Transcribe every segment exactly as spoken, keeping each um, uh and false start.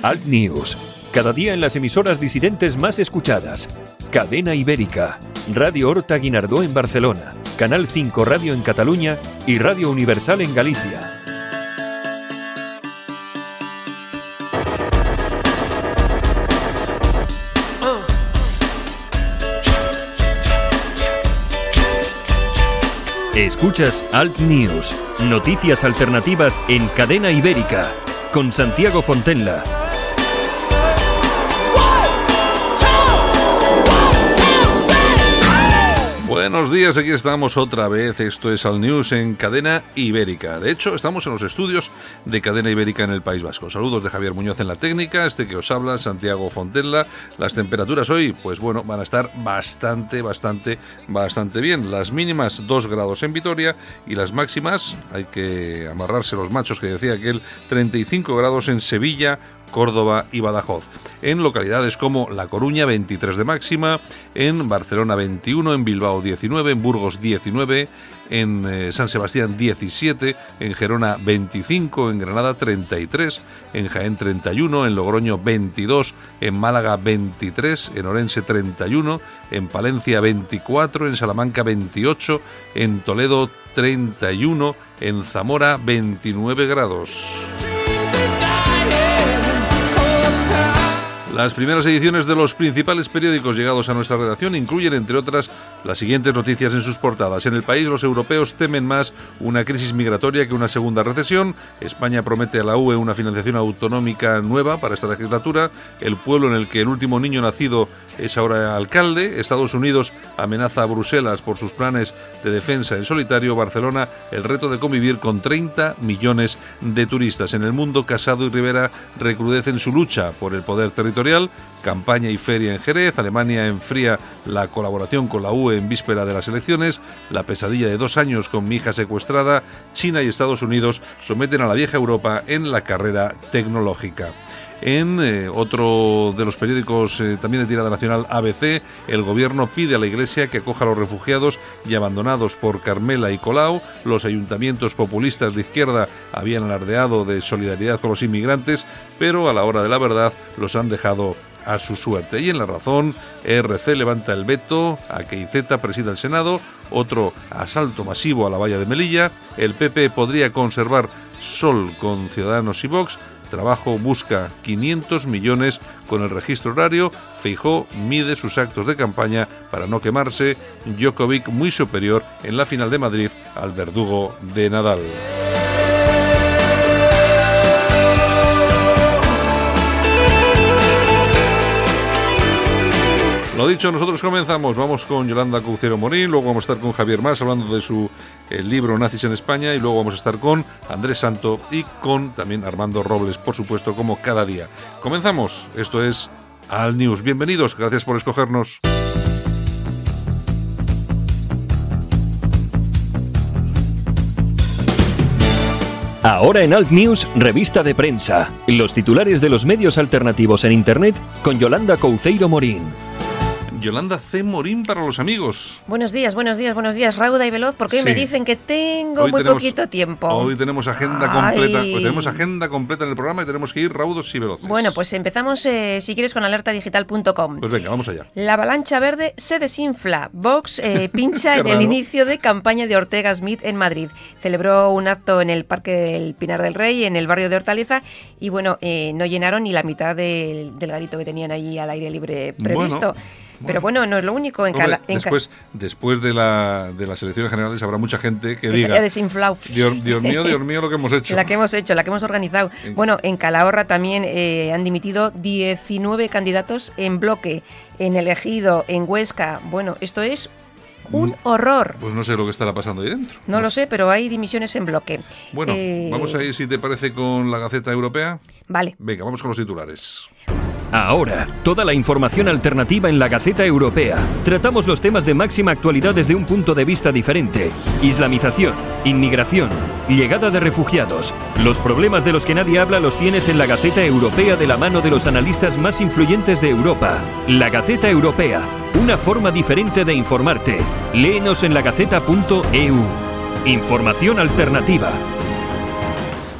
Alt News. Cada día en las emisoras disidentes más escuchadas. Cadena Ibérica, Radio Horta Guinardó en Barcelona, Canal cinco Radio en Cataluña y Radio Universal en Galicia. Escuchas Alt News, noticias alternativas en Cadena Ibérica, con Santiago Fontenla. Buenos días, aquí estamos otra vez, esto es Alt News en Cadena Ibérica. De hecho, estamos en los estudios de Cadena Ibérica en el País Vasco. Saludos de Javier Muñoz en la técnica, este que os habla, Santiago Fontenla. Las temperaturas hoy, pues bueno, van a estar bastante, bastante, bastante bien. Las mínimas dos grados en Vitoria y las máximas, hay que amarrarse los machos que decía aquel, treinta y cinco grados en Sevilla, Córdoba y Badajoz. En localidades como La Coruña, veintitrés de máxima, en Barcelona veintiuno, en Bilbao diecinueve, en Burgos diecinueve, en eh, San Sebastián diecisiete, en Gerona veinticinco, en Granada treinta y tres, en Jaén treinta y uno, en Logroño veintidós, en Málaga veintitrés, en Orense treinta y uno, en Palencia veinticuatro, en Salamanca veintiocho, en Toledo treinta y uno, en Zamora veintinueve grados. Las primeras ediciones de los principales periódicos llegados a nuestra redacción incluyen, entre otras, las siguientes noticias en sus portadas. En El País, los europeos temen más una crisis migratoria que una segunda recesión. España promete a la U E una financiación autonómica nueva para esta legislatura. El pueblo en el que el último niño nacido es ahora alcalde. Estados Unidos amenaza a Bruselas por sus planes de defensa en solitario. Barcelona, el reto de convivir con treinta millones de turistas. En el mundo, Casado y Rivera recrudecen su lucha por el poder territorial. Campaña y feria en Jerez. Alemania enfría la colaboración con la U E en víspera de las elecciones. La pesadilla de dos años con mi hija secuestrada. China y Estados Unidos someten a la vieja Europa en la carrera tecnológica. En eh, otro de los periódicos eh, también de tirada nacional, A B C, el gobierno pide a la Iglesia que acoja a los refugiados y abandonados por Carmela y Colau. Los ayuntamientos populistas de izquierda habían alardeado de solidaridad con los inmigrantes, pero a la hora de la verdad los han dejado a su suerte. Y en La Razón, R C levanta el veto a que Iceta presida el Senado. Otro asalto masivo a la valla de Melilla. El P P podría conservar Sol con Ciudadanos y Vox. Trabajo busca quinientos millones con el registro horario. Feijóo mide sus actos de campaña para no quemarse. Djokovic muy superior en la final de Madrid al verdugo de Nadal. Lo dicho, nosotros comenzamos, vamos con Yolanda Couceiro Morín, luego vamos a estar con Javier Mas hablando de su el libro Nazis en España, y luego vamos a estar con Andrés Santo y con también Armando Robles, por supuesto, como cada día. Comenzamos, esto es Alt News. Bienvenidos, gracias por escogernos. Ahora en Alt News, revista de prensa. Los titulares de los medios alternativos en Internet con Yolanda Couceiro Morín. Yolanda C. Morín para los amigos. Buenos días, buenos días, buenos días, rauda y veloz, porque hoy sí. me dicen que tengo hoy muy tenemos, poquito tiempo. Hoy tenemos agenda Ay. completa, pues tenemos agenda completa en el programa y tenemos que ir raudos y veloces. Bueno, pues empezamos, eh, si quieres, con alerta digital punto com. Pues venga, vamos allá. La avalancha verde se desinfla. Vox eh, pincha en el inicio de campaña de Ortega Smith en Madrid. Celebró un acto en el Parque del Pinar del Rey, en el barrio de Hortaleza, y bueno, eh, no llenaron ni la mitad del, del garito que tenían allí al aire libre previsto. Bueno. Pero bueno, no es lo único. En Hombre, cala, en después después de, la, de las elecciones generales habrá mucha gente que, que diga se haya desinflado. Dios, Dios mío, Dios mío, lo que hemos hecho. La que hemos hecho, la que hemos organizado. En... Bueno, en Calahorra también eh, han dimitido diecinueve candidatos en bloque, en el Ejido, en Huesca. Bueno, esto es un horror. Pues no sé lo que estará pasando ahí dentro. No, no lo sé, sé, pero hay dimisiones en bloque. Bueno, eh... vamos a ir, si te parece, con la Gaceta Europea. Vale. Venga, vamos con los titulares. Ahora, toda la información alternativa en la Gaceta Europea. Tratamos los temas de máxima actualidad desde un punto de vista diferente. Islamización, inmigración, llegada de refugiados. Los problemas de los que nadie habla los tienes en la Gaceta Europea de la mano de los analistas más influyentes de Europa. La Gaceta Europea, una forma diferente de informarte. Léenos en la gaceta punto e u. Información alternativa.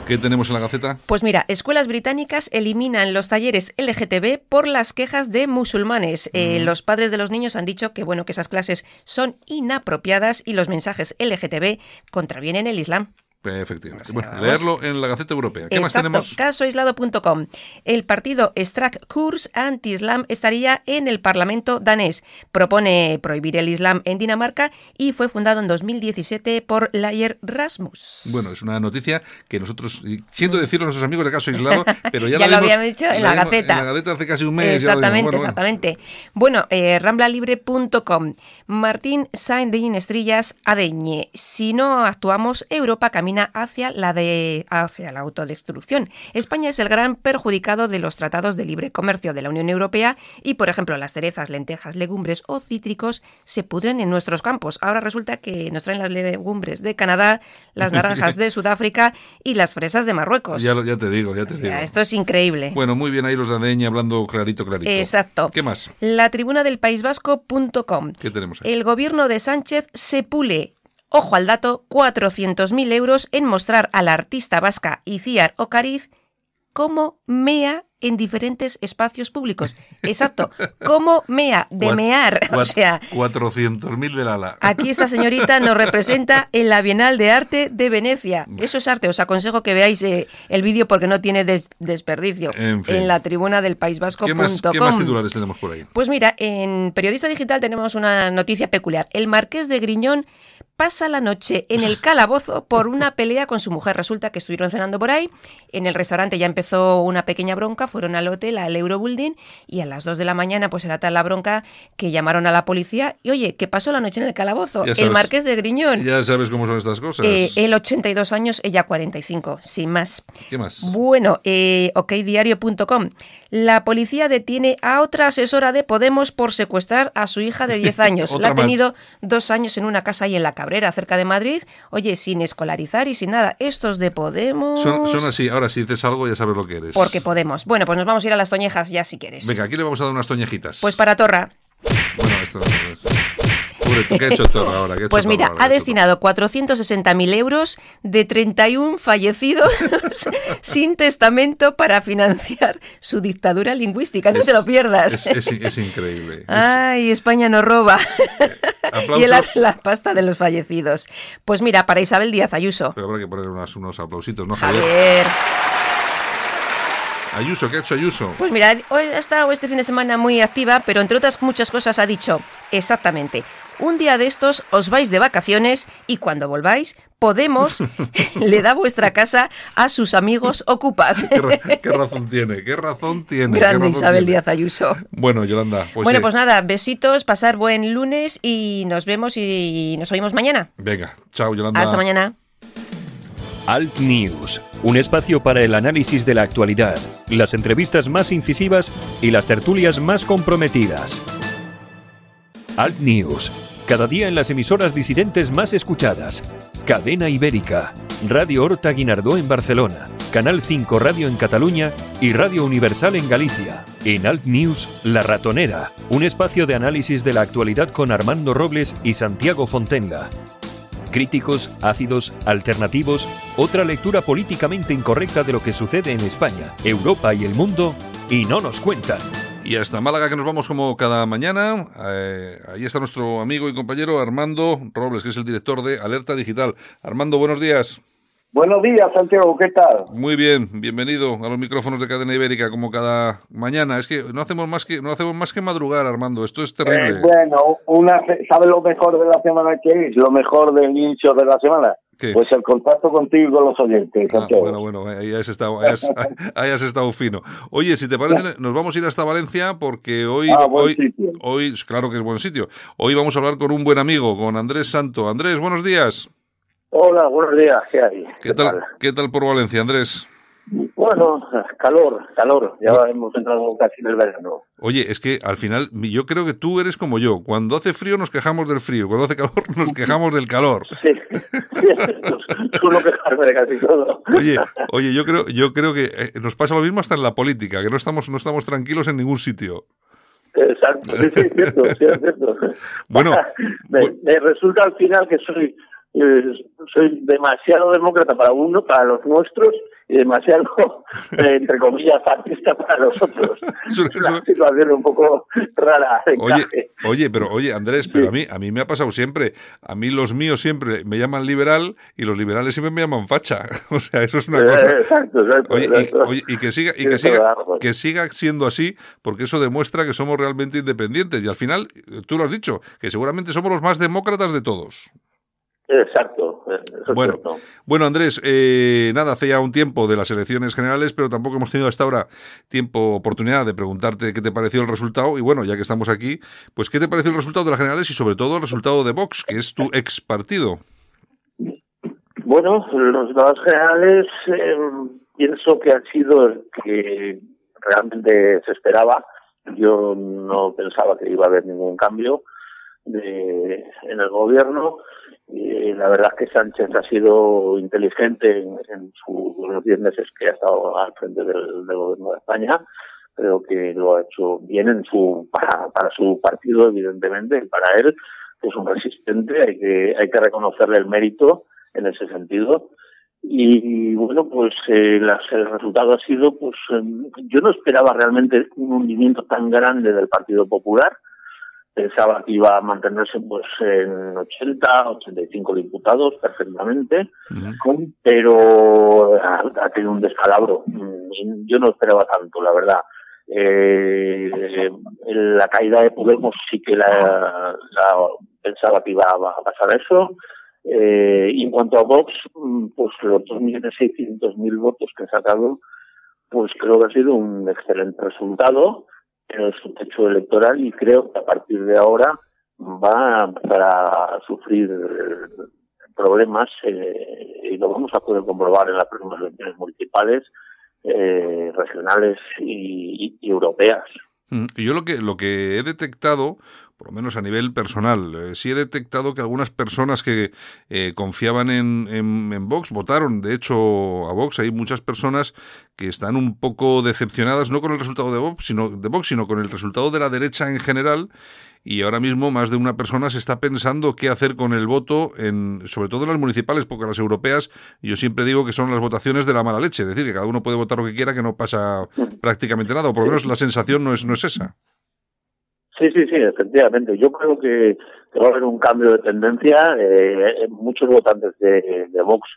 ¿Qué tenemos en la Gaceta? Pues mira, escuelas británicas eliminan los talleres L G T B por las quejas de musulmanes. Mm. Eh, los padres de los niños han dicho que, bueno, que esas clases son inapropiadas y los mensajes L G T B contravienen el Islam. Efectivamente. Bueno, leerlo en la Gaceta Europea. ¿Qué Exacto, más tenemos? caso aislado punto com. El partido Strak Kurs anti-Islam estaría en el Parlamento danés. Propone prohibir el Islam en Dinamarca y fue fundado en dos mil diecisiete por Lair Rasmus. Bueno, es una noticia que nosotros, siento decirlo a nuestros amigos de caso aislado, pero ya, ya la lo vimos, habíamos dicho en la, la Gaceta. En la Gaceta hace casi un mes. Exactamente, bueno, exactamente. Bueno, bueno eh, rambla libre punto com. Martín Sainz de Inestrillas adeñe. Si no actuamos, Europa camina hacia la de hacia la autodestrucción. España es el gran perjudicado de los tratados de libre comercio de la Unión Europea y, por ejemplo, las cerezas, lentejas, legumbres o cítricos se pudren en nuestros campos. Ahora resulta que nos traen las legumbres de Canadá, las naranjas de Sudáfrica y las fresas de Marruecos. Ya, ya te digo, ya te o sea, digo. Esto es increíble. Bueno, muy bien ahí los de Adeña hablando clarito, clarito. Exacto. ¿Qué más? La tribuna del País Vasco punto com. ¿Qué tenemos ahí? El gobierno de Sánchez se pule, ojo al dato, cuatrocientos mil euros en mostrar a la artista vasca Iciar Ocariz cómo mea en diferentes espacios públicos. Exacto, cómo mea, de Cuat, mear. Cuat, o sea, cuatrocientos mil del ala. Aquí esta señorita nos representa en la Bienal de Arte de Venecia. Eso es arte. Os aconsejo que veáis eh, el vídeo porque no tiene des desperdicio. En, fin. En la tribuna del País Vasco punto com. ¿Qué más, ¿Qué más titulares tenemos por ahí? Pues mira, en Periodista Digital tenemos una noticia peculiar. El marqués de Griñón pasa la noche en el calabozo por una pelea con su mujer. Resulta que estuvieron cenando por ahí, en el restaurante ya empezó una pequeña bronca, fueron al hotel, al Eurobuilding, y a las dos de la mañana pues era tal la bronca que llamaron a la policía y oye, ¿qué pasó la noche en el calabozo? Sabes, el marqués de Griñón. Ya sabes cómo son estas cosas. Eh, él ochenta y dos años, ella cuarenta y cinco, sin más. ¿Qué más? Bueno, eh, ok diario punto com. La policía detiene a otra asesora de Podemos por secuestrar a su hija de diez años. La ha tenido más. dos años en una casa ahí en La Cabrera, cerca de Madrid. Oye, sin escolarizar y sin nada. Estos de Podemos... Son, son así. Ahora, si dices algo, ya sabes lo que eres. Porque Podemos. Bueno, pues nos vamos a ir a las toñejas ya, si quieres. Venga, aquí le vamos a dar unas toñejitas. Pues para Torra. Bueno, esto no es... ¿Qué ha hecho Torra ahora? ¿Qué ha hecho pues mira, Torra? ha destinado cuatrocientos sesenta mil euros de treinta y uno fallecidos sin testamento para financiar su dictadura lingüística. No es, te lo pierdas. Es, es, es increíble. Ay, España nos roba. ¿Aplausos? Y la, la pasta de los fallecidos. Pues mira, para Isabel Díaz Ayuso. Pero habrá que poner unos, unos aplausitos, ¿no, Javier? Javier? Ayuso, ¿qué ha hecho Ayuso? Pues mira, hoy ha estado este fin de semana muy activa, pero entre otras muchas cosas ha dicho exactamente: un día de estos os vais de vacaciones y cuando volváis, Podemos le da vuestra casa a sus amigos ocupas. ¿Qué, qué razón tiene? ¿Qué razón tiene? Grande razón Isabel tiene? Díaz Ayuso. Bueno, Yolanda. Pues bueno, sí. pues nada, besitos, pasar buen lunes y nos vemos y nos oímos mañana. Venga, chao, Yolanda. Hasta mañana. Alt News, un espacio para el análisis de la actualidad, las entrevistas más incisivas y las tertulias más comprometidas. Alt News, cada día en las emisoras disidentes más escuchadas. Cadena Ibérica, Radio Horta Guinardó en Barcelona, Canal cinco Radio en Cataluña y Radio Universal en Galicia. En Alt News, La Ratonera, un espacio de análisis de la actualidad con Armando Robles y Santiago Fontenga. Críticos, ácidos, alternativos, otra lectura políticamente incorrecta de lo que sucede en España, Europa y el mundo, y no nos cuentan. Y hasta Málaga, que nos vamos como cada mañana. Eh, ahí está nuestro amigo y compañero Armando Robles, que es el director de Alerta Digital. Armando, buenos días. Buenos días, Santiago, ¿qué tal? Muy bien, bienvenido a los micrófonos de Cadena Ibérica como cada mañana. Es que no hacemos más que no hacemos más que madrugar, Armando. Esto es terrible. Eh, bueno, una, ¿sabe lo mejor de la semana que es? Lo mejor del inicio de la semana. ¿Qué? Pues el contacto contigo y con los oyentes, ah, Santiago. Bueno, bueno, ahí has estado, ahí has, ahí has estado fino. Oye, si te parece, nos vamos a ir hasta Valencia porque hoy, ah, buen hoy, sitio. hoy, claro que es buen sitio. Hoy vamos a hablar con un buen amigo, con Andrés Santo. Andrés, buenos días. Hola, buenos días, ¿qué hay? ¿Qué, ¿Qué tal, tal? ¿Qué tal por Valencia, Andrés? Bueno, calor, calor, ya ¿no? hemos entrado casi en el verano. Oye, es que al final yo creo que tú eres como yo. Cuando hace frío nos quejamos del frío, cuando hace calor nos quejamos del calor. Sí, sí, suelo quejarme de casi todo. Oye, oye, yo creo, yo creo que eh, nos pasa lo mismo hasta en la política, que no estamos, no estamos tranquilos en ningún sitio. Exacto, sí, sí, es cierto, sí, es cierto. Bueno, me, me resulta al final que soy eh, soy demasiado demócrata para uno, para los nuestros, y demasiado, eh, entre comillas, fascista para los otros. Es una situación un poco rara. Oye, oye, pero oye, Andrés, pero sí. a mí a mí me ha pasado siempre. A mí los míos siempre me llaman liberal y los liberales siempre me llaman facha. O sea, eso es una eh, cosa. Exacto, exacto. Oye, exacto. Y, oye, y que siga y que siga que siga siendo así, porque eso demuestra que somos realmente independientes. Y al final, tú lo has dicho, que seguramente somos los más demócratas de todos. Exacto. Eso bueno, es cierto. bueno, Andrés, eh, nada, hace ya un tiempo de las elecciones generales, pero tampoco hemos tenido hasta ahora tiempo, oportunidad de preguntarte qué te pareció el resultado. Y bueno, ya que estamos aquí, pues qué te pareció el resultado de las generales y sobre todo el resultado de Vox, que es tu ex partido. Bueno, los resultados generales eh, pienso que han sido el que realmente se esperaba. Yo no pensaba que iba a haber ningún cambio de, en el gobierno. Y la verdad es que Sánchez ha sido inteligente en, en sus los diez meses que ha estado al frente del, del gobierno de España. Creo que lo ha hecho bien en su para, para su partido, evidentemente, y para él, que es un resistente, hay que hay que reconocerle el mérito en ese sentido. Y bueno, pues eh, las, el resultado ha sido, pues eh, yo no esperaba realmente un hundimiento tan grande del Partido Popular. Pensaba que iba a mantenerse pues en ochenta, ochenta y cinco diputados perfectamente, uh-huh. pero ha, ha tenido un descalabro. Yo no esperaba tanto, la verdad. Eh, la caída de Podemos sí que la, la pensaba que iba a pasar eso. Eh, y en cuanto a Vox, pues los dos millones seiscientos mil votos que ha sacado, pues creo que ha sido un excelente resultado en su techo electoral, y creo que a partir de ahora va a empezar a sufrir problemas eh, y lo vamos a poder comprobar en las próximas elecciones municipales, eh, regionales y, y europeas. Y yo lo que lo que he detectado, por lo menos a nivel personal, eh, sí he detectado que algunas personas que eh, confiaban en, en, en Vox votaron, de hecho, a Vox. Hay muchas personas que están un poco decepcionadas, no con el resultado de Vox, sino, de Vox, sino con el resultado de la derecha en general. Y ahora mismo más de una persona se está pensando qué hacer con el voto, en, sobre todo en las municipales, porque las europeas, yo siempre digo que son las votaciones de la mala leche, es decir, que cada uno puede votar lo que quiera, que no pasa prácticamente nada, o por lo menos la sensación no es, no es esa. Sí, sí, sí, efectivamente. Yo creo que, que va a haber un cambio de tendencia. Eh, muchos votantes de, de Vox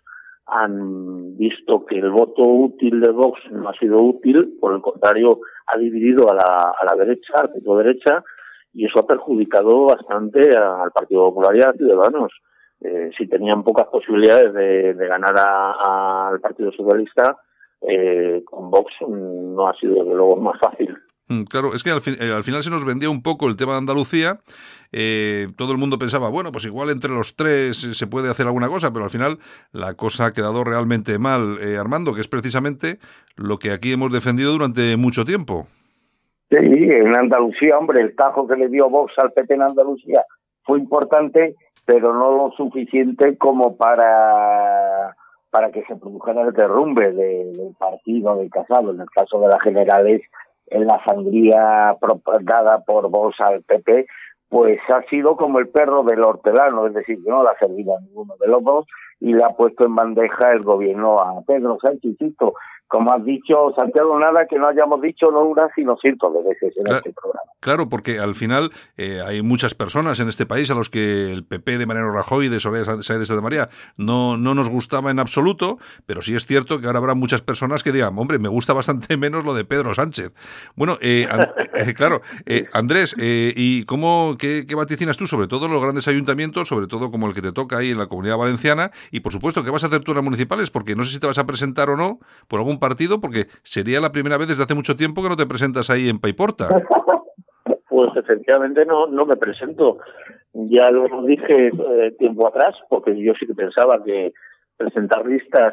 han visto que el voto útil de Vox no ha sido útil, por el contrario, ha dividido a la, a la derecha, al centro derecha, y eso ha perjudicado bastante al Partido Popular y a Ciudadanos. Eh, si tenían pocas posibilidades de, de ganar al Partido Socialista, eh, con Vox no ha sido desde luego más fácil. Claro, es que al, fin, eh, al final se nos vendía un poco el tema de Andalucía. Eh, todo el mundo pensaba, bueno, pues igual entre los tres se puede hacer alguna cosa, pero al final la cosa ha quedado realmente mal, eh, Armando, que es precisamente lo que aquí hemos defendido durante mucho tiempo. Sí, en Andalucía, hombre, el tajo que le dio Vox al P P en Andalucía fue importante, pero no lo suficiente como para para que se produjera el derrumbe de, del partido de Casado. En el caso de las generales, en la sangría propagada por Vox al P P, pues ha sido como el perro del hortelano, es decir, que no la ha servido a ninguno de los dos y le ha puesto en bandeja el gobierno a Pedro Sánchez. Insisto, como has dicho, Santiago, nada que no hayamos dicho no una, sino cientos de veces en claro, este programa. Claro, porque al final eh, hay muchas personas en este país a los que el P P de Mariano Rajoy y de Soraya Sáenz de Santamaría no, no nos gustaba en absoluto, pero sí es cierto que ahora habrá muchas personas que digan, hombre, me gusta bastante menos lo de Pedro Sánchez. Bueno, eh, and, eh, claro, eh, Andrés, eh, ¿y cómo, qué, qué vaticinas tú, sobre todo en los grandes ayuntamientos, sobre todo como el que te toca ahí en la Comunidad Valenciana, y por supuesto, ¿qué vas a hacer tú en las municipales? Porque no sé si te vas a presentar o no por algún partido, porque sería la primera vez desde hace mucho tiempo que no te presentas ahí en Paiporta. Pues efectivamente no no me presento. Ya lo dije eh, tiempo atrás, porque yo sí que pensaba que presentar listas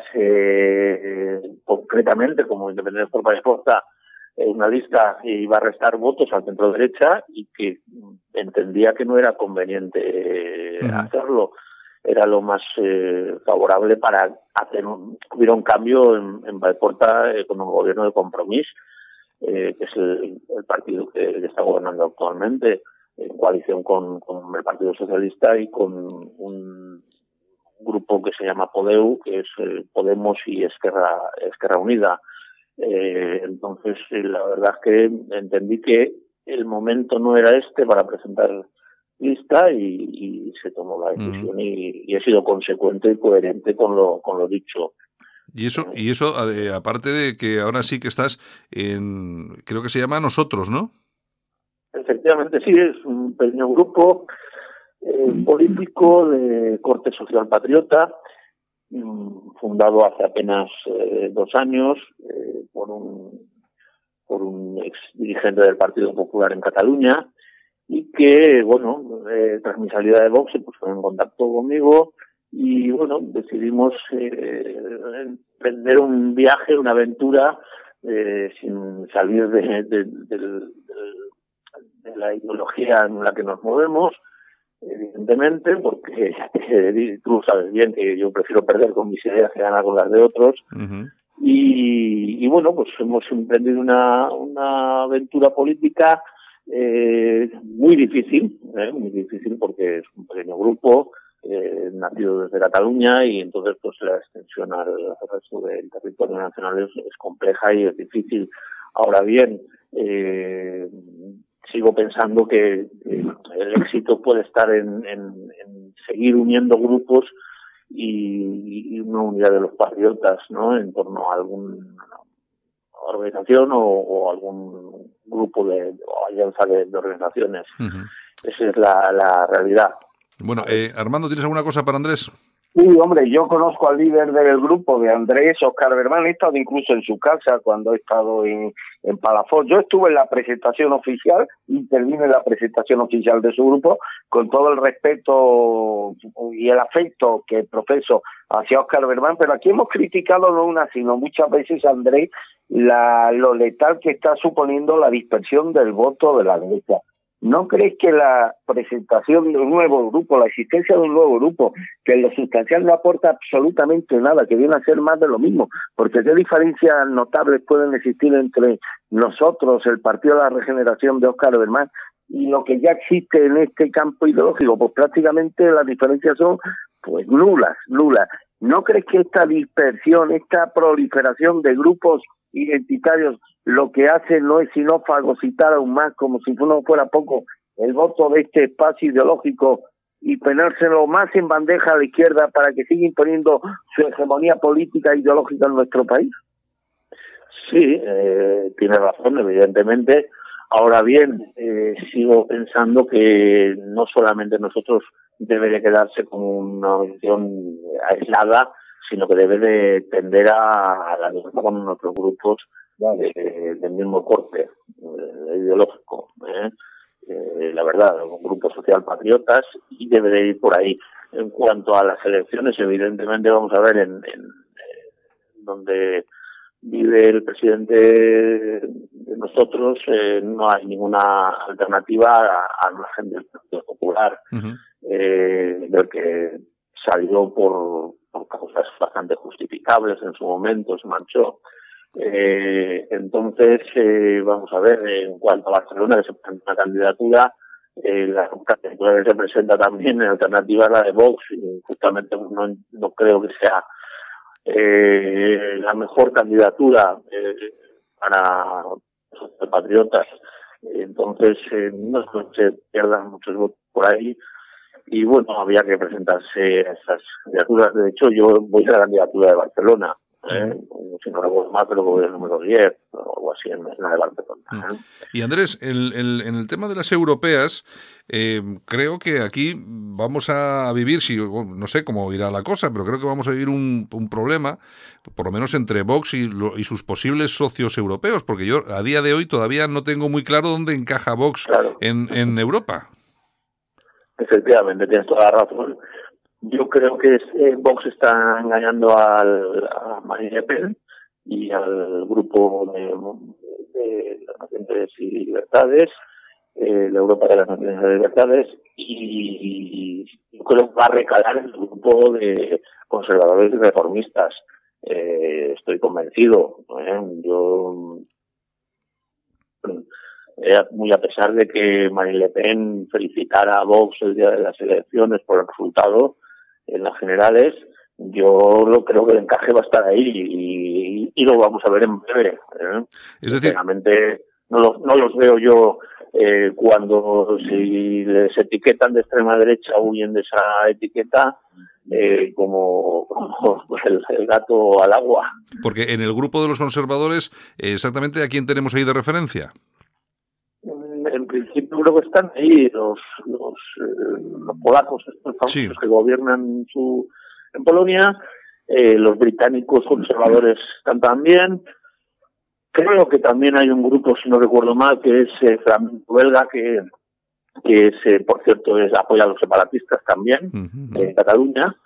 eh, concretamente como Independientes por Paiporta, eh, una lista iba a restar votos al centro derecha y que entendía que no era conveniente eh, uh-huh. hacerlo. Era lo más eh, favorable para hacer un, hubiera un cambio en, en Paiporta eh, con un gobierno de Compromís, eh, que es el, el partido que, que está gobernando actualmente, en coalición con, con el Partido Socialista y con un, grupo que se llama Podeu, que es eh, Podemos y Esquerra, Esquerra Unida. Eh, entonces, eh, la verdad es que entendí que el momento no era este para presentar lista y, y se tomó la decisión mm. y, y he sido consecuente y coherente con lo, con lo dicho. Y eso, y eso eh, aparte de que ahora sí que estás en, creo que se llama Nosotros, ¿no? Efectivamente, sí, es un pequeño grupo eh, político de corte social patriota, fundado hace apenas eh, dos años eh, por un por un ex dirigente del Partido Popular en Cataluña y que, bueno, eh, tras mi salida de Vox se puso en contacto conmigo y, bueno, decidimos eh, emprender un viaje, una aventura eh, sin salir de, de, de, de, de la ideología en la que nos movemos, evidentemente, porque eh, tú sabes bien que yo prefiero perder con mis ideas que ganar con las de otros. Uh-huh. Y, y bueno, pues hemos emprendido una, una aventura política eh, muy difícil, eh, muy difícil porque es un pequeño grupo eh, nacido desde Cataluña y entonces pues la extensión al, al resto del territorio nacional es, es compleja y es difícil. Ahora bien, eh, sigo pensando que el éxito puede estar en, en, en seguir uniendo grupos y, y una unidad de los patriotas, ¿no? En torno a alguna organización o, o algún grupo de o alianza de, de organizaciones. Uh-huh. Esa es la, la realidad. Bueno, eh, Armando, ¿tienes alguna cosa para Andrés? Sí, hombre, yo conozco al líder del grupo, de Andrés, Óscar Bermán, he estado incluso en su casa cuando he estado en, en Palafox. Yo estuve en la presentación oficial, intervine en la presentación oficial de su grupo, con todo el respeto y el afecto que profeso hacia Óscar Bermán, pero aquí hemos criticado no una, sino muchas veces, Andrés, la, lo letal que está suponiendo la dispersión del voto de la derecha. ¿No crees que la presentación de un nuevo grupo, la existencia de un nuevo grupo, que en lo sustancial no aporta absolutamente nada, que viene a ser más de lo mismo? Porque qué diferencias notables pueden existir entre nosotros, el Partido de la Regeneración de Óscar Bermán, y lo que ya existe en este campo ideológico. Pues prácticamente las diferencias son pues nulas, nulas. ¿No crees que esta dispersión, esta proliferación de grupos identitarios lo que hace no es sino fagocitar aún más, como si no fuera poco, el voto de este espacio ideológico y ponérselo más en bandeja a la izquierda para que siga imponiendo su hegemonía política e ideológica en nuestro país? Sí, eh, tiene razón, evidentemente. Ahora bien, eh, sigo pensando que no solamente nosotros debe de quedarse como una organización aislada, sino que debe de tender a, a la alianza con otros grupos de, del mismo corte eh, ideológico, ¿eh? Eh, la verdad, un grupo social patriotas y debe de ir por ahí. En cuanto a las elecciones, evidentemente vamos a ver en, en, en donde vive el presidente de nosotros, eh, no hay ninguna alternativa a, a la gente del Partido Popular, uh-huh. eh, del que salió por, por causas bastante justificables en su momento, se marchó. Eh, entonces, eh, vamos a ver, en cuanto a Barcelona, que se presenta una candidatura, eh, la candidatura que se presenta también en alternativa a la de Vox, y justamente no, no creo que sea eh, la mejor candidatura eh, para los patriotas. Entonces, eh, no se pierdan muchos votos por ahí. Y bueno, había que presentarse a esas candidaturas. De hecho, yo voy a la candidatura de Barcelona. ¿eh? Si no recuerdo mal, pero voy al número diez o algo así en la de Barcelona. ¿eh? Y Andrés, el, el, en el tema de las europeas, eh, creo que aquí vamos a vivir, si no sé cómo irá la cosa, pero creo que vamos a vivir un, un problema, por lo menos entre Vox y, lo, y sus posibles socios europeos, porque yo a día de hoy todavía no tengo muy claro dónde encaja Vox claro. en, en Europa. Efectivamente, tienes toda la razón. Yo creo que eh, Vox está engañando al, a Marine Le Pen y al grupo de, de las Naciones y Libertades, eh, la Europa de las Naciones y Libertades, y, y yo creo que va a recalar en el grupo de conservadores y reformistas. Eh, estoy convencido. ¿eh? Yo... Eh, muy a pesar de que Marine Le Pen felicitara a Vox el día de las elecciones por el resultado, en las generales, yo lo creo que el encaje va a estar ahí y, y lo vamos a ver en breve. ¿eh? Es decir, realmente no los, no los veo yo eh, cuando si les etiquetan de extrema derecha huyen de esa etiqueta eh, como, como el, el gato al agua. Porque en el grupo de los conservadores, eh, exactamente ¿a quién tenemos ahí de referencia? En principio creo que están ahí los los, eh, los polacos, estos famosos sí. que gobiernan su, en Polonia, eh, los británicos conservadores están también. Creo que también hay un grupo, si no recuerdo mal, que es eh, flamenco belga, que, que es, eh, por cierto, es, apoya a los separatistas también, uh-huh. en Cataluña.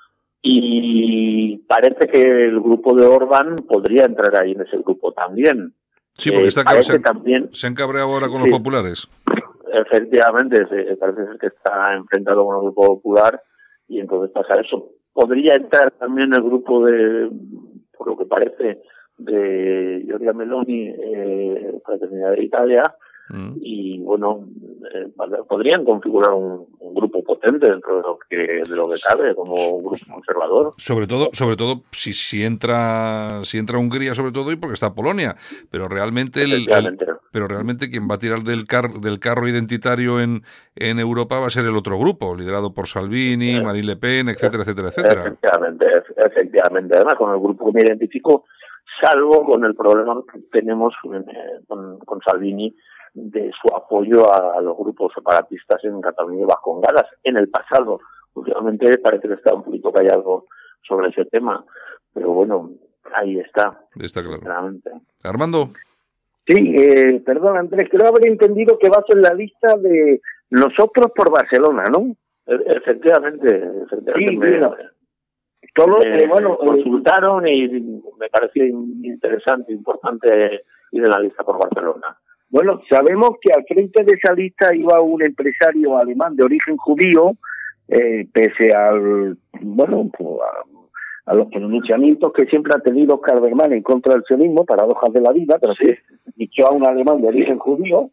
Y parece que el grupo de Orbán podría entrar ahí en ese grupo también. Sí, porque está eh, se, han, también, se han cabreado ahora con sí, los populares. Efectivamente, se, parece ser que está enfrentado con el grupo popular y entonces pasa eso. Podría entrar también el grupo de, por lo que parece, de Giorgia Meloni, eh, Fraternidad de Italia, mm. y bueno, eh, podrían configurar un, un grupo potente dentro de lo que de lo que cabe como un grupo conservador. Sobre todo, sobre todo si si entra si entra Hungría, sobre todo y porque está Polonia, pero realmente el, el pero realmente quien va a tirar del car, del carro identitario en en Europa va a ser el otro grupo, liderado por Salvini, eh, Marine Le Pen, etcétera, etcétera, etcétera. Efectivamente, efectivamente. Además, con el grupo que me identifico, salvo con el problema que tenemos con, con Salvini de su apoyo a, a los grupos separatistas en Cataluña y Vascongadas en el pasado. Últimamente parece que está un poquito callado sobre ese tema, pero bueno, ahí está. Está claro. Armando. Sí, eh, perdón Andrés, creo haber entendido que vas en la lista de nosotros por Barcelona, ¿no? E- efectivamente, efectivamente. Sí, me, mira. Todo, me, eh, bueno, me consultaron y me pareció interesante, importante ir en la lista por Barcelona. Bueno, sabemos que al frente de esa lista iba un empresario alemán de origen judío, eh, pese al, bueno, a, a los pronunciamientos que siempre ha tenido Oscar Berman en contra del sionismo, paradojas de la vida, pero sí, dicho a un alemán de origen judío,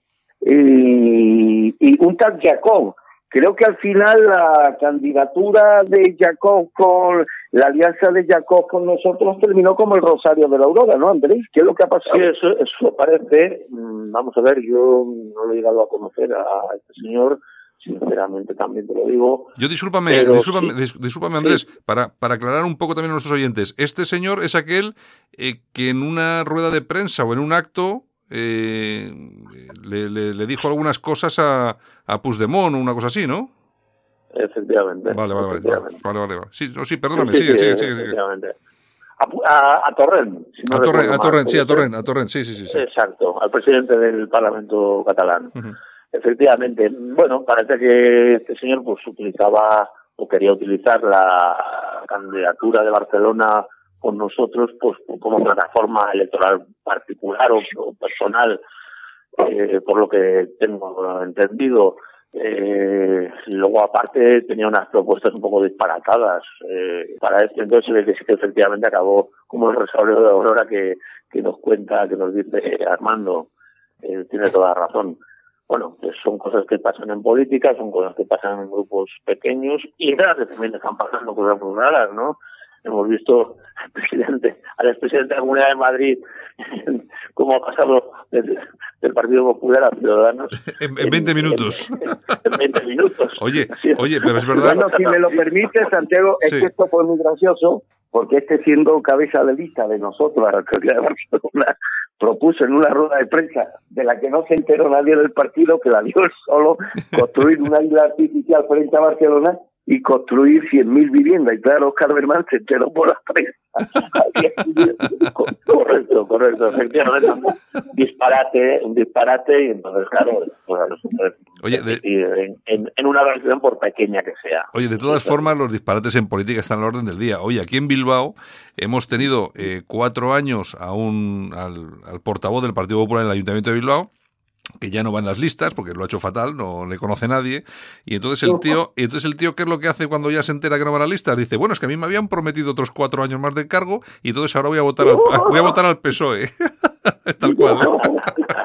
y, y un tal Jacob. Creo que al final la candidatura de Jacob con la alianza de Jacob con nosotros terminó como el Rosario de la Aurora, ¿no, Andrés? ¿Qué es lo que ha pasado? Sí, eso, eso parece. Vamos a ver, yo no lo he llegado a conocer a este señor, sinceramente también te lo digo. Yo discúlpame, pero, discúlpame, sí, discúlpame Andrés, sí. para, para aclarar un poco también a nuestros oyentes. Este señor es aquel eh, que en una rueda de prensa o en un acto eh, le, le, le dijo algunas cosas a, a Puigdemont o una cosa así, ¿no? Efectivamente. Vale, vale, efectivamente. vale, vale, vale. Sí, no, sí, perdóname, sí, sí, sigue, sí, sigue, sigue, sigue. Efectivamente. A, a, a Torrent. Si no a Torrent, a Torrent, mal, sí, a Torrent, a Torrent, sí, sí, sí, sí. Exacto, al presidente del Parlamento catalán. Uh-huh. Efectivamente. Bueno, parece que este señor pues utilizaba o quería utilizar la candidatura de Barcelona con nosotros pues como plataforma electoral particular o, o personal, eh, por lo que tengo entendido. Eh, luego aparte tenía unas propuestas un poco disparatadas eh, para esto, entonces se ve que sí que efectivamente acabó como el Rosario de la Aurora que, que nos cuenta, que nos dice Armando, eh, tiene toda la razón. Bueno, pues son cosas que pasan en política, son cosas que pasan en grupos pequeños y en que también están pasando cosas muy raras, ¿no? Hemos visto al presidente, al expresidente de la Comunidad de Madrid, cómo ha pasado del, del Partido Popular a Ciudadanos. En, en veinte minutos. En, en veinte minutos. Oye, oye, pero es verdad. Bueno, si me lo permite, Santiago, es sí. que esto fue muy gracioso, porque este siendo cabeza de lista de nosotros, a la alcaldía de Barcelona, propuso en una rueda de prensa de la que no se enteró nadie del partido, que la dio él solo, construir una isla artificial frente a Barcelona y construir cien mil viviendas. Y claro, Oscar Berman se enteró por las prensa. correcto, correcto. Efectivamente, un disparate, un disparate, y entonces, claro, pues, oye, de, en, en, en una versión por pequeña que sea. Oye, de todas Eso. formas, los disparates en política están a la orden del día. Oye, aquí en Bilbao hemos tenido eh, cuatro años a un al, al portavoz del Partido Popular en el Ayuntamiento de Bilbao, que ya no va en las listas porque lo ha hecho fatal, no le conoce nadie, y entonces el tío, y entonces el tío ¿qué es lo que hace cuando ya se entera que no va a las listas? Dice, bueno, es que a mí me habían prometido otros cuatro años más de cargo y entonces ahora voy a votar al, voy a votar al P S O E. Tal cual, ¿eh?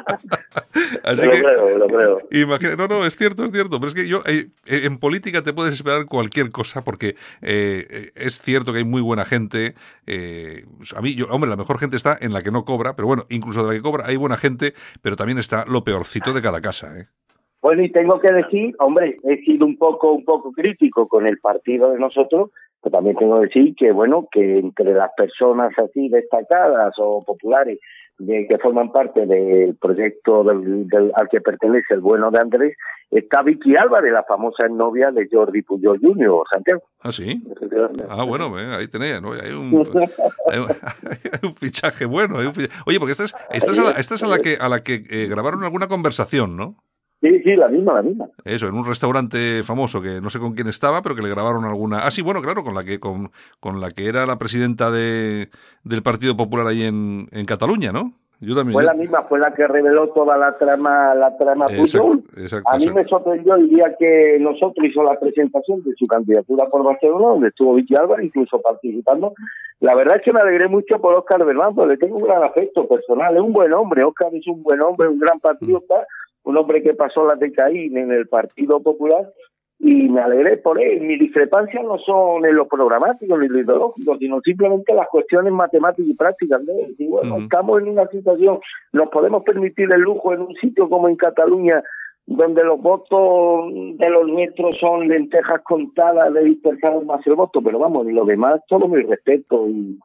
Así lo que, creo, lo creo. Imagina, no, no, es cierto, es cierto. Pero es que yo, eh, en política te puedes esperar cualquier cosa, porque eh, es cierto que hay muy buena gente. Eh, a mí, yo, hombre, la mejor gente está en la que no cobra, pero bueno, incluso de la que cobra hay buena gente, pero también está lo peorcito de cada casa, ¿eh? Bueno, y tengo que decir, hombre, he sido un poco un poco crítico con el partido de nosotros, pero también tengo que decir que, bueno, que entre las personas así destacadas o populares de que forman parte del proyecto del, del, al que pertenece el bueno de Andrés, está Vicky Álvarez, la famosa novia de Jordi Pujol junior, Santiago. ¿Ah, sí? Ah, bueno, eh, ahí tenéis, ¿no? Hay un, hay un, hay un fichaje bueno. Hay un fichaje. Oye, porque esta es, esta es, a, la, esta es a la que, a la que eh, grabaron alguna conversación, ¿no? Sí, sí, la misma, la misma. Eso, en un restaurante famoso que no sé con quién estaba, pero que le grabaron alguna. Ah, sí, bueno, claro, con la que con, con la que era la presidenta de del Partido Popular ahí en, en Cataluña, ¿no? Yo también. Fue yo... la misma, fue la que reveló toda la trama, la trama Pujol. Exacto, A mí exacto. me sorprendió el día que nosotros hizo la presentación de su candidatura por Barcelona, donde estuvo Vicky Álvarez, incluso participando. La verdad es que me alegré mucho por Óscar Bernardo, le tengo un gran afecto personal, es un buen hombre, Óscar es un buen hombre, un gran patriota. Mm. Un hombre que pasó la decaína en el Partido Popular, y me alegré por él. Mis discrepancias no son en lo programático ni en lo ideológico, sino simplemente las cuestiones matemáticas y prácticas. ¿No? Y bueno, uh-huh. Estamos en una situación, nos podemos permitir el lujo en un sitio como en Cataluña, donde los votos de los nuestros son lentejas contadas, de dispersar más el voto, pero vamos, y lo demás, todo mi respeto y...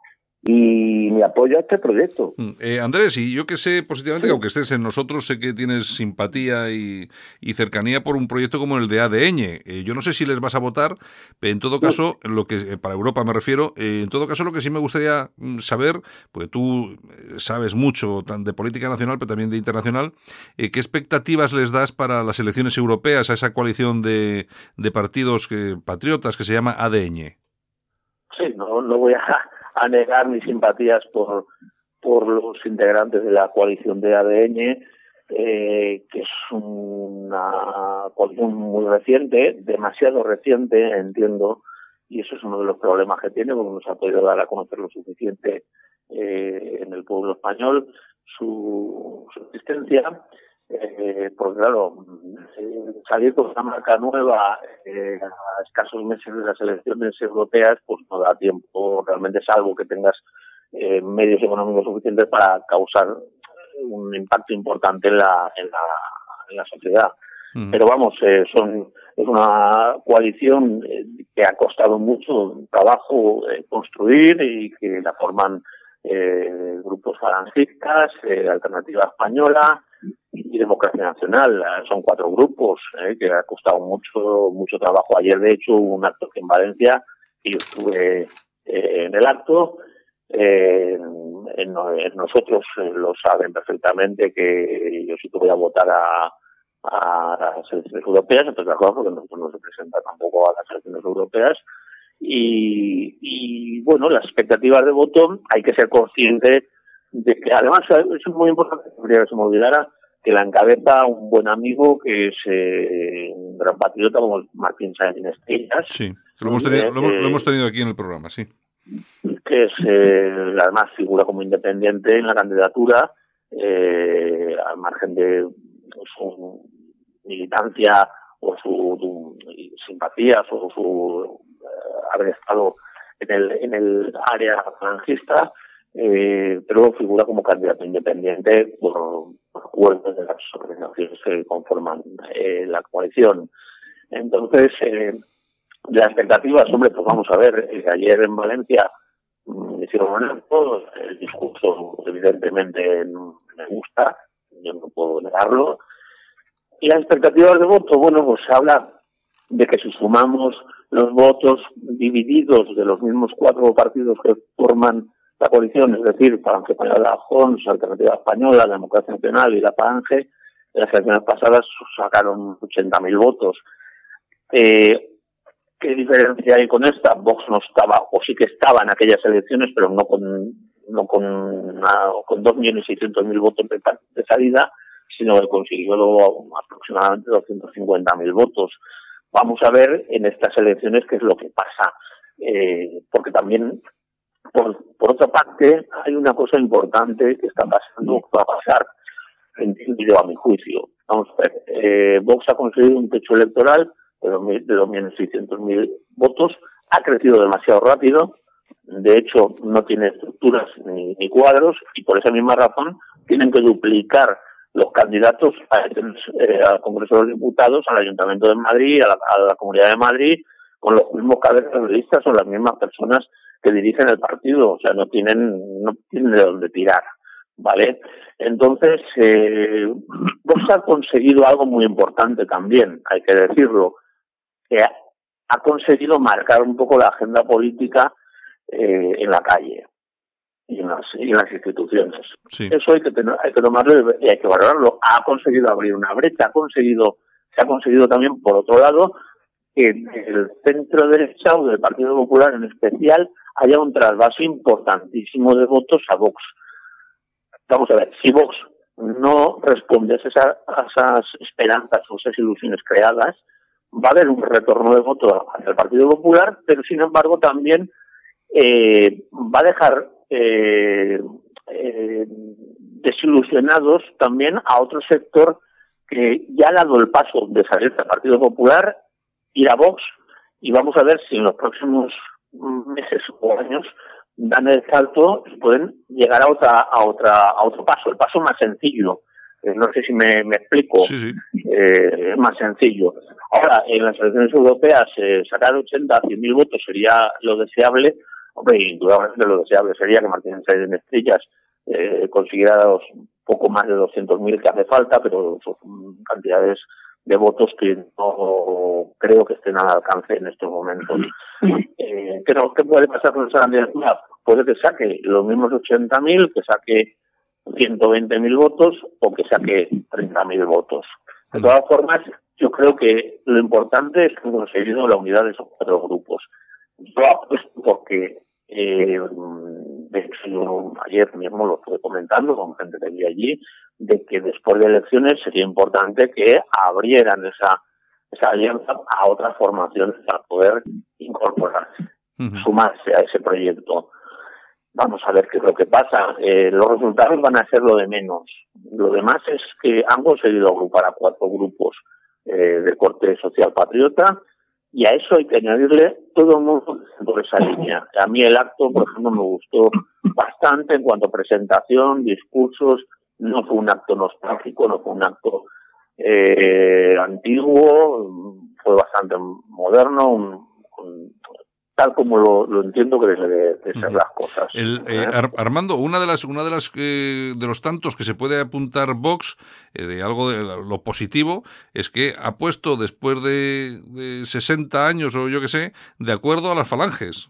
y mi apoyo a este proyecto. Eh, Andrés, y yo que sé positivamente que aunque estés en nosotros, sé que tienes simpatía y, y cercanía por un proyecto como el de A D N. Eh, yo no sé si les vas a votar, pero en todo caso, lo que eh, para Europa me refiero, eh, en todo caso lo que sí me gustaría saber, pues tú sabes mucho tan de política nacional, pero también de internacional, eh, ¿qué expectativas les das para las elecciones europeas a esa coalición de, de partidos que, patriotas que se llama A D N? Sí, no, no voy a... a negar mis simpatías por por los integrantes de la coalición de A D N, eh, que es una coalición muy reciente, demasiado reciente, entiendo, y eso es uno de los problemas que tiene, porque no se ha podido dar a conocer lo suficiente eh, en el pueblo español su, su existencia. Eh, pues claro, eh, salir con una marca nueva eh, a escasos meses de las elecciones europeas, pues no da tiempo realmente, salvo que tengas eh, medios económicos suficientes para causar un impacto importante en la en la, en la sociedad. Mm. Pero vamos, eh, son es una coalición eh, que ha costado mucho trabajo eh, construir y que la forman eh, grupos falangistas, eh, Alternativa Española y Democracia Nacional. Son cuatro grupos eh, que ha costado mucho mucho trabajo. Ayer, de hecho, hubo un acto aquí en Valencia y yo estuve eh, en el acto. Eh, en, en nosotros eh, lo saben perfectamente que yo sí que voy a votar a, a las elecciones europeas, entonces claro, porque nosotros no se presenta tampoco a las elecciones europeas. Y, y bueno, las expectativas de voto, hay que ser consciente de que además es muy importante, que se me olvidara, que la encabeza un buen amigo que es eh, un gran patriota como Martín Sáenz Estellas. Sí, lo hemos, tenido, eh, lo, hemos, lo hemos tenido aquí en el programa, sí. Que es eh, además figura como independiente en la candidatura, eh, al margen de su militancia o su, su simpatías o su eh, haber estado en el en el área falangista, eh, pero figura como candidato independiente por acuerdos de las organizaciones que conforman eh, la coalición. Entonces, eh, las expectativas, hombre, pues vamos a ver, eh, ayer en Valencia me hicieron un acto, el discurso evidentemente me gusta, yo no puedo negarlo, y las expectativas de voto, bueno, pues se habla de que si sumamos los votos divididos de los mismos cuatro partidos que forman la coalición, es decir, Falange Española, Junts, Alternativa Española, la Democracia Nacional y la Falange, las elecciones pasadas sacaron ochenta mil votos. Eh, ¿Qué diferencia hay con esta? Vox no estaba, o sí que estaba en aquellas elecciones, pero no con no con, una, con dos millones seiscientos mil votos de, de salida, sino que consiguió luego aproximadamente doscientos cincuenta mil votos. Vamos a ver en estas elecciones qué es lo que pasa, eh, porque también, por, por por otra parte, hay una cosa importante que está pasando, que va a pasar, entiendo a mi juicio. Vamos a ver, eh, Vox ha conseguido un techo electoral de dos millones seiscientos mil votos, ha crecido demasiado rápido, de hecho no tiene estructuras ni, ni cuadros, y por esa misma razón tienen que duplicar los candidatos a, eh, al Congreso de los Diputados, al Ayuntamiento de Madrid, a la, a la Comunidad de Madrid, con los mismos cabezas de lista, son las mismas personas que dirigen el partido, o sea, no tienen, no tienen de dónde tirar, ¿vale? Entonces, eh, Vox ha conseguido algo muy importante también, hay que decirlo, que ha, ha conseguido marcar un poco la agenda política eh, en la calle y en las, y en las instituciones. Sí. Eso hay que tener, hay que tomarlo y hay que valorarlo. Ha conseguido abrir una brecha, ha conseguido, se ha conseguido también, por otro lado, que en el centro derecha o del Partido Popular en especial haya un trasvase importantísimo de votos a Vox. Vamos a ver, si Vox no responde a esas, a esas esperanzas o esas ilusiones creadas, va a haber un retorno de votos hacia el Partido Popular, pero sin embargo también eh, va a dejar eh, eh, desilusionados también a otro sector que ya ha dado el paso de salir del Partido Popular, ir a Vox, y vamos a ver si en los próximos meses o años dan el salto y pueden llegar a otra a otra a otro paso, el paso más sencillo. Eh, no sé si me, me explico. Sí, sí. Eh, más sencillo. Ahora, en las elecciones europeas, eh, sacar ochenta a cien mil votos sería lo deseable. Hombre, indudablemente lo deseable sería que Martínez en Estrellas eh, consiguiera los poco más de doscientos mil que hace falta, pero son cantidades de votos que no creo que estén al alcance en estos momentos. Eh, ¿Qué puede pasar con esa candidatura? Puede que saque los mismos ochenta mil, que saque ciento veinte mil votos o que saque treinta mil votos. De todas formas, yo creo que lo importante es que hemos conseguido la unidad de esos cuatro grupos. Yo apuesto porque, eh, de hecho, yo ayer mismo lo estuve comentando con gente que vi allí, de que después de elecciones sería importante que abrieran esa esa alianza a otras formaciones para poder incorporarse, uh-huh. sumarse a ese proyecto. Vamos a ver qué es lo que pasa. Eh, los resultados van a ser lo de menos. Lo demás es que han conseguido agrupar a cuatro grupos eh, de corte social patriota, y a eso hay que añadirle todo el mundo por esa línea. A mí el acto, por ejemplo, me gustó bastante en cuanto a presentación, discursos. No fue un acto nostálgico, no fue un acto eh, antiguo, fue bastante moderno, un, un, tal como lo, lo entiendo que deben de, de ser las cosas. El, eh, Ar- Armando, una de las una de las eh, de los tantos que se puede apuntar Vox eh, de algo de lo positivo es que ha puesto después de, de sesenta años o yo qué sé, de acuerdo a las falanges.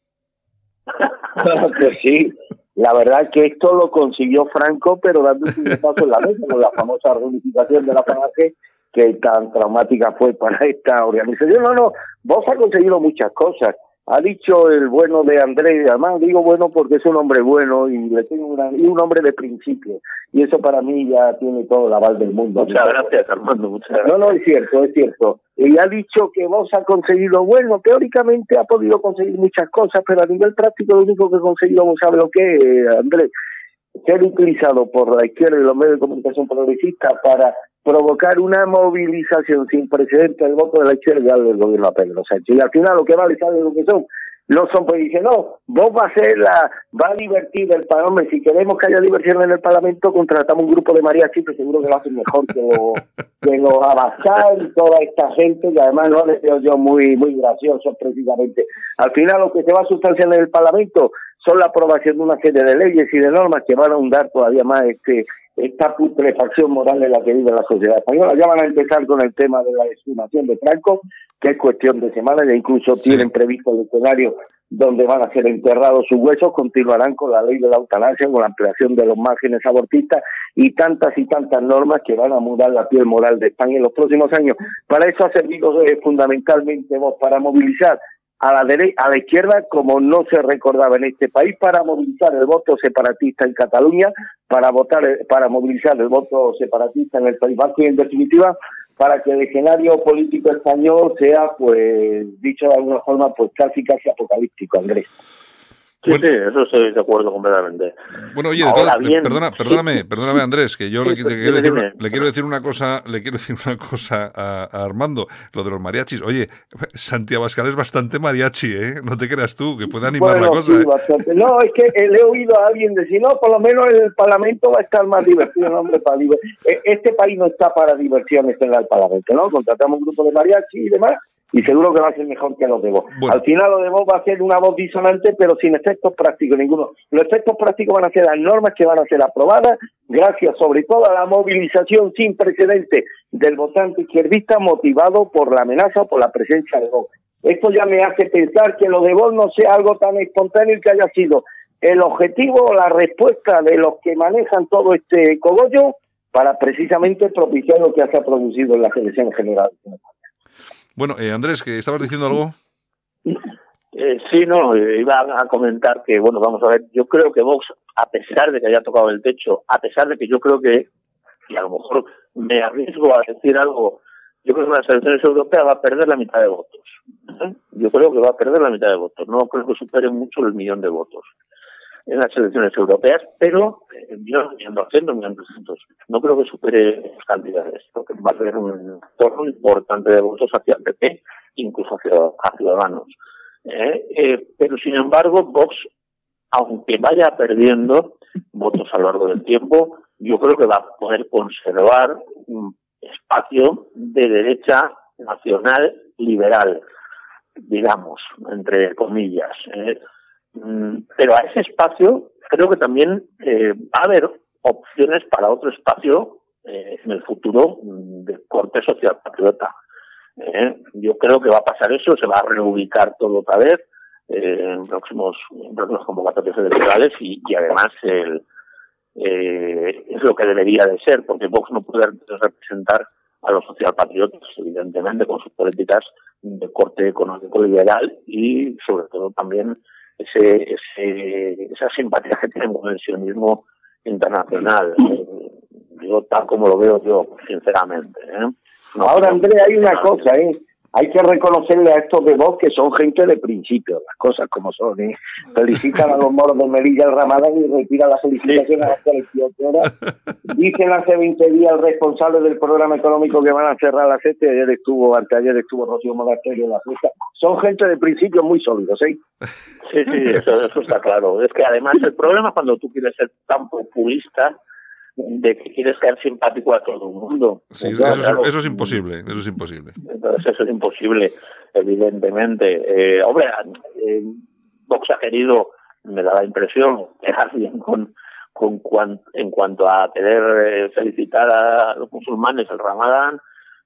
Pues sí, la verdad que esto lo consiguió Franco, pero dando un paso en la mesa con la famosa reunificación de la falange, que tan traumática fue para esta organización. No, no, Vox ha conseguido muchas cosas. Ha dicho el bueno de Andrés, además digo bueno porque es un hombre bueno y le tengo una, y un hombre de principio, y eso para mí ya tiene todo el aval del mundo. Muchas gracias, Armando, muchas gracias. No, no, es cierto, es cierto. Y ha dicho que Vox ha conseguido, bueno, teóricamente ha podido conseguir muchas cosas, pero a nivel práctico lo único que ha conseguido, ¿vos sabes lo que es, Andrés? Ser utilizado por la izquierda y los medios de comunicación progresistas para provocar una movilización sin precedentes del voto de la izquierda del gobierno a Pedro Sánchez. Y al final lo que vale, ¿sabe lo que son? No son, pues dicen, no, vos va a ser la, va a divertir el Parlamento. Si queremos que haya diversión en el Parlamento, contratamos un grupo de mariachi que seguro que lo hacen mejor que los que los Abascal y toda esta gente, que además no les veo yo muy, muy graciosos precisamente. Al final lo que se va a sustanciar en el Parlamento son la aprobación de una serie de leyes y de normas que van a hundar todavía más este esta putrefacción moral en la que vive la sociedad española. Ya van a empezar con el tema de la exhumación de Franco, que es cuestión de semanas, ya incluso sí. tienen previsto el escenario donde van a ser enterrados sus huesos. Continuarán con la ley de la eutanasia, con la ampliación de los márgenes abortistas y tantas y tantas normas que van a mudar la piel moral de España en los próximos años. Para eso ha servido eh, fundamentalmente Vox, para movilizar a la derecha, a la izquierda, como no se recordaba en este país, para movilizar el voto separatista en Cataluña, para votar, para movilizar el voto separatista en el País Vasco y, en definitiva, para que el escenario político español sea, pues, dicho de alguna forma, pues casi casi apocalíptico, Andrés. Sí, bueno, sí, eso estoy de acuerdo completamente. Bueno, oye, Ahora todo, bien, perdona, perdóname, perdóname Andrés, que yo sí, le, le pues, quiero dime, decir, dime. una, le quiero decir una cosa, le quiero decir una cosa a, a Armando, lo de los mariachis. Oye, Santi Abascal es bastante mariachi, ¿eh? No te creas tú, que puede animar Bueno, la cosa. sí, ¿eh? bastante. No, es que eh, le he oído a alguien decir, no, por lo menos el Parlamento va a estar más divertido, no, hombre, para diver- eh, Este país no está para diversiones en el Parlamento, ¿no? Contratamos un grupo de mariachi y demás, y seguro que va a ser mejor que los de Vox. Bueno. Al final lo de Vox va a ser una voz disonante, pero sin efectos prácticos ninguno. Los efectos prácticos van a ser las normas que van a ser aprobadas, gracias sobre todo a la movilización sin precedentes del votante izquierdista motivado por la amenaza o por la presencia de Vox. Esto ya me hace pensar que lo de Vox no sea algo tan espontáneo que haya sido el objetivo o la respuesta de los que manejan todo este cogollo para precisamente propiciar lo que se ha producido en las elecciones generales. Bueno, eh, Andrés, que estabas diciendo algo. Eh, sí, no, eh, iba a comentar que, bueno, vamos a ver, yo creo que Vox, a pesar de que haya tocado el techo, a pesar de que yo creo que, y a lo mejor me arriesgo a decir algo, yo creo que las elecciones europeas va a perder la mitad de votos. ¿eh? Yo creo que va a perder la mitad de votos, no creo que supere mucho el millón de votos en las elecciones europeas, pero eh, yo millón doscientos, millón trescientos, no creo que supere esas cantidades, porque va a haber un entorno importante de votos hacia el P P, incluso hacia, hacia Ciudadanos. Eh, eh, pero sin embargo, Vox, aunque vaya perdiendo votos a lo largo del tiempo, yo creo que va a poder conservar un espacio de derecha nacional liberal, digamos, entre comillas. Eh, Pero a ese espacio creo que también eh, va a haber opciones para otro espacio eh, en el futuro de corte social patriota. Eh, yo creo que va a pasar eso, se va a reubicar todo otra vez eh, en próximos en próximas convocatorias electorales y, y además el, eh, es lo que debería de ser, porque Vox no puede representar a los socialpatriotas, evidentemente, con sus políticas de corte económico liberal y sobre todo también ese, ese esa simpatía que tienen con el sionismo internacional. Eh, digo tal como lo veo yo, sinceramente. ¿eh? No, Ahora, no, Andrés, hay una no, cosa, ¿eh? Hay que reconocerle a estos de Vox que son gente de principio, las cosas como son, ¿eh? Felicitan a los moros de Melilla el Ramadán y retiran la felicitación a las selección. Dicen hace veinte días el responsable del programa económico que van a cerrar la sede, ayer estuvo, anteayer estuvo Rocío Monasterio en la fiesta. Son gente de principio muy sólidos, ¿eh? Sí, sí, eso, eso está claro. Es que además el problema cuando tú quieres ser tan populista de que quieres caer simpático a todo el mundo. Sí, Entonces, eso, claro, es, eso es imposible, eso es imposible. Entonces eso es imposible, evidentemente. Eh, hombre, eh, Vox ha querido, me da la impresión, quedar bien con, con cuan, en cuanto a querer eh, felicitar a los musulmanes el Ramadán,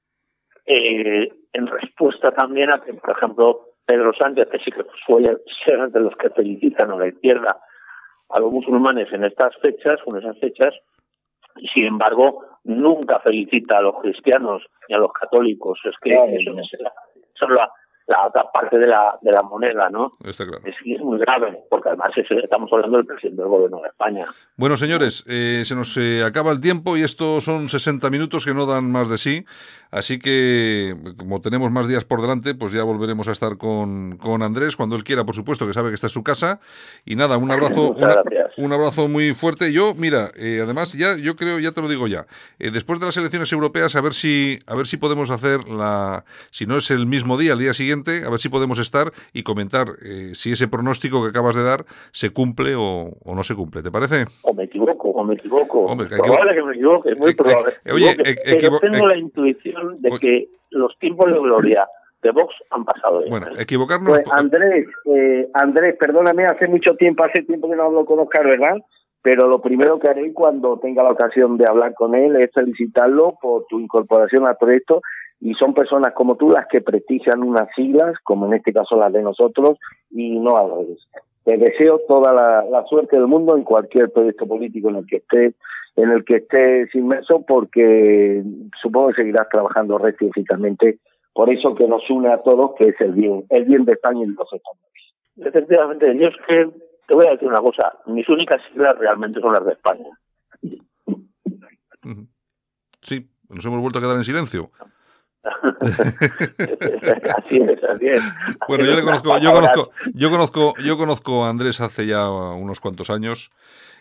eh, en respuesta también a que, por ejemplo, Pedro Sánchez, que sí que suele ser de los que felicitan a la izquierda a los musulmanes en estas fechas, con esas fechas, y sin embargo nunca felicita a los cristianos ni a los católicos. Es que claro, eso, no. es, la, eso es la, la otra parte de la de la moneda, ¿no? Está claro. Es, es muy grave, porque además es, estamos hablando del presidente del gobierno de España. Bueno, señores, eh, se nos eh, acaba el tiempo y estos son sesenta minutos que no dan más de sí, así que como tenemos más días por delante, pues ya volveremos a estar con, con Andrés cuando él quiera, por supuesto, que sabe que está en su casa. Y nada, un abrazo, una, un abrazo muy fuerte. Yo, mira, eh, además ya yo creo, ya te lo digo ya, eh, después de las elecciones europeas, a ver si a ver si podemos hacer la, si no es el mismo día, el día siguiente, a ver si podemos estar y comentar eh, si ese pronóstico que acabas de dar se cumple o, o no se cumple. ¿Te parece? O me equivoco, o me equivoco. Hombre, es probable que me equivoque, es muy probable. Eh, oye, que, eh, pero tengo la intuición de oye, que los tiempos de gloria de Vox han pasado. Bueno, equivocarnos... Pues Andrés, eh, Andrés, perdóname, hace mucho tiempo, hace tiempo que no hablo con Oscar, ¿verdad? Pero lo primero que haré cuando tenga la ocasión de hablar con él es felicitarlo por tu incorporación al proyecto, y son personas como tú las que prestigian unas siglas, como en este caso las de nosotros, y no al revés. Te deseo toda la, la suerte del mundo en cualquier proyecto político en el que estés, en el que estés inmerso, porque supongo que seguirás trabajando recio y eficazmente por eso que nos une a todos, que es el bien, el bien de España y de los españoles. Efectivamente, yo es que te voy a decir una cosa, mis únicas siglas realmente son las de España. Sí, nos hemos vuelto a quedar en silencio. Así es, así es. Bueno, yo le conozco, yo conozco, yo conozco, yo conozco a Andrés hace ya unos cuantos años.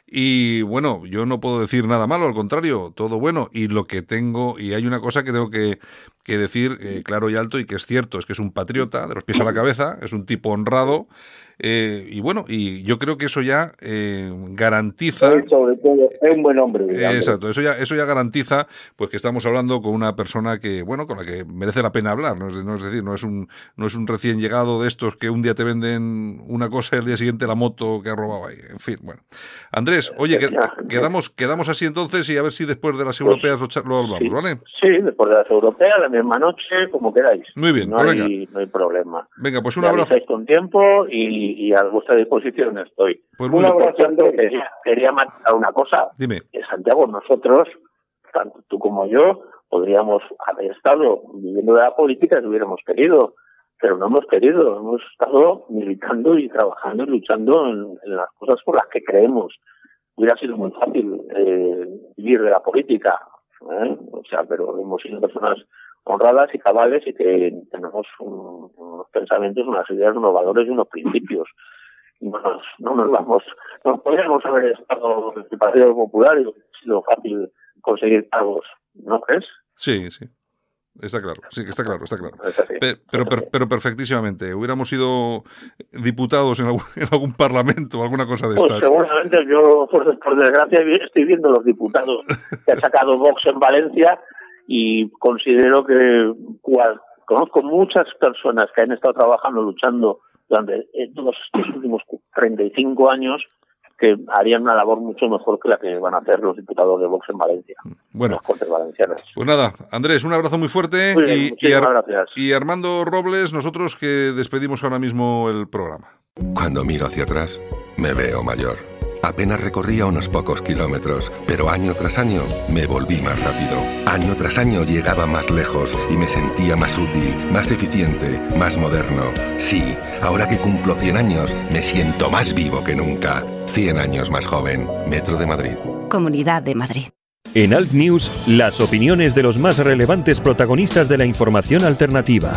Y bueno, yo no puedo decir nada malo, al contrario, todo bueno. Y lo que tengo, y hay una cosa que tengo que, que decir eh, claro y alto, y que es cierto, es que es un patriota de los pies a la cabeza, es un tipo honrado. Eh, y bueno, y yo creo que eso ya eh, garantiza... Sí, sobre todo, es un buen hombre. Eh, exacto, eso ya eso ya garantiza pues que estamos hablando con una persona que, bueno, con la que merece la pena hablar, no es, no es decir, no es un no es un recién llegado de estos que un día te venden una cosa y al día siguiente la moto que ha robado ahí, en fin, bueno. Andrés, oye, que, quedamos quedamos así entonces y a ver si después de las pues, europeas lo, lo hablamos, sí, ¿vale? Sí, después de las europeas, la misma noche, como queráis. Muy bien, no, pues hay, venga. no hay problema. Venga, pues un ya abrazo. Con tiempo y, y a vuestra disposición estoy. Pues un abrazo, Andrés. Quería, quería matar una cosa. Dime. En Santiago, nosotros, tanto tú como yo, podríamos haber estado viviendo de la política si hubiéramos querido, pero no hemos querido. Hemos estado militando y trabajando y luchando en, en las cosas por las que creemos. Hubiera sido muy fácil eh, vivir de la política, ¿eh? O sea, pero hemos sido personas honradas y cabales y que tenemos un, unos pensamientos, unas ideas, unos valores y unos principios. No nos, no nos vamos, no podríamos haber estado en el Partido Popular y ha sido fácil conseguir cargos, ¿no crees? Sí, sí. Está claro, sí, está claro, está claro. Pero, pero, pero perfectísimamente. Hubiéramos sido diputados en algún, en algún parlamento o alguna cosa de pues estas. Seguramente yo, por, por desgracia, estoy viendo los diputados que ha sacado Vox en Valencia y considero que cual, conozco muchas personas que han estado trabajando, luchando durante los últimos treinta y cinco años que harían una labor mucho mejor que la que van a hacer los diputados de Vox en Valencia. Bueno, las Cortes Valencianas. Pues nada, Andrés, un abrazo muy fuerte. Muy bien, y, y, Ar gracias. y Armando Robles, nosotros que despedimos ahora mismo el programa. Cuando miro hacia atrás, me veo mayor. Apenas recorría unos pocos kilómetros, pero año tras año me volví más rápido. Año tras año llegaba más lejos y me sentía más útil, más eficiente, más moderno. Sí, ahora que cumplo cien años, me siento más vivo que nunca. cien años más joven. Metro de Madrid. Comunidad de Madrid. En Alt News, las opiniones de los más relevantes protagonistas de la información alternativa.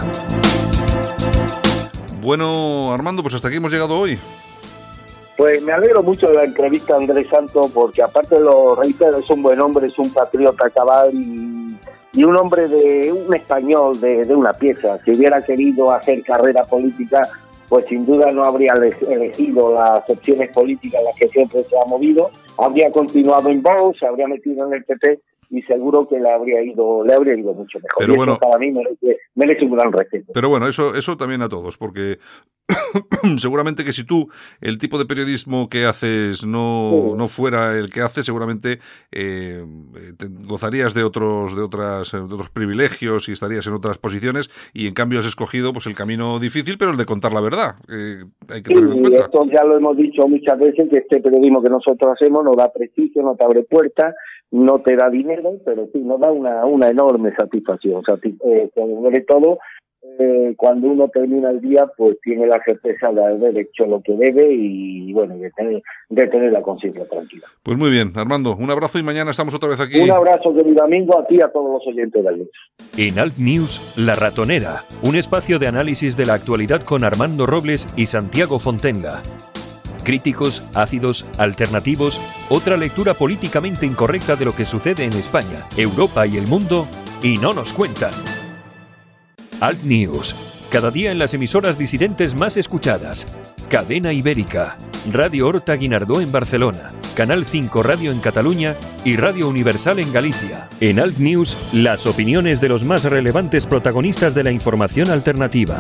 Bueno, Armando, pues hasta aquí hemos llegado hoy. Pues me alegro mucho de la entrevista a Andrés Santos, porque aparte de lo reitero, es un buen hombre, es un patriota cabal y, y un hombre de un español de, de una pieza. Si hubiera querido hacer carrera política, pues sin duda no habría elegido las opciones políticas en las que siempre se ha movido, habría continuado en Vox, se habría metido en el P P y seguro que le habría ido le habría ido mucho mejor. Pero y bueno, eso para mí merece, merece un gran respeto. Pero bueno, eso eso también a todos, porque seguramente que si tú el tipo de periodismo que haces no, sí. no fuera el que haces, seguramente eh, te gozarías de otros de otras de otros privilegios y estarías en otras posiciones, y en cambio has escogido pues el camino difícil, pero el de contar la verdad. Eh, hay que sí, tener en cuenta. Esto ya lo hemos dicho muchas veces, que este periodismo que nosotros hacemos nos da prestigio, no te abre puertas, no te da dinero, pero sí nos da una una enorme satisfacción. Satis eh, sobre todo eh, cuando uno termina el día, pues tiene la certeza de haber hecho lo que debe y bueno, de tener, de tener la conciencia tranquila. Pues muy bien, Armando, un abrazo y mañana estamos otra vez aquí. Un abrazo, querido amigo, a ti y a todos los oyentes de Alt. En Alt News, La Ratonera, un espacio de análisis de la actualidad con Armando Robles y Santiago Fontenga. Críticos, ácidos, alternativos, otra lectura políticamente incorrecta de lo que sucede en España, Europa y el mundo, y no nos cuentan. Alt News, cada día en las emisoras disidentes más escuchadas. Cadena Ibérica, Radio Horta Guinardó en Barcelona, Canal cinco Radio en Cataluña y Radio Universal en Galicia. En Alt News, las opiniones de los más relevantes protagonistas de la información alternativa.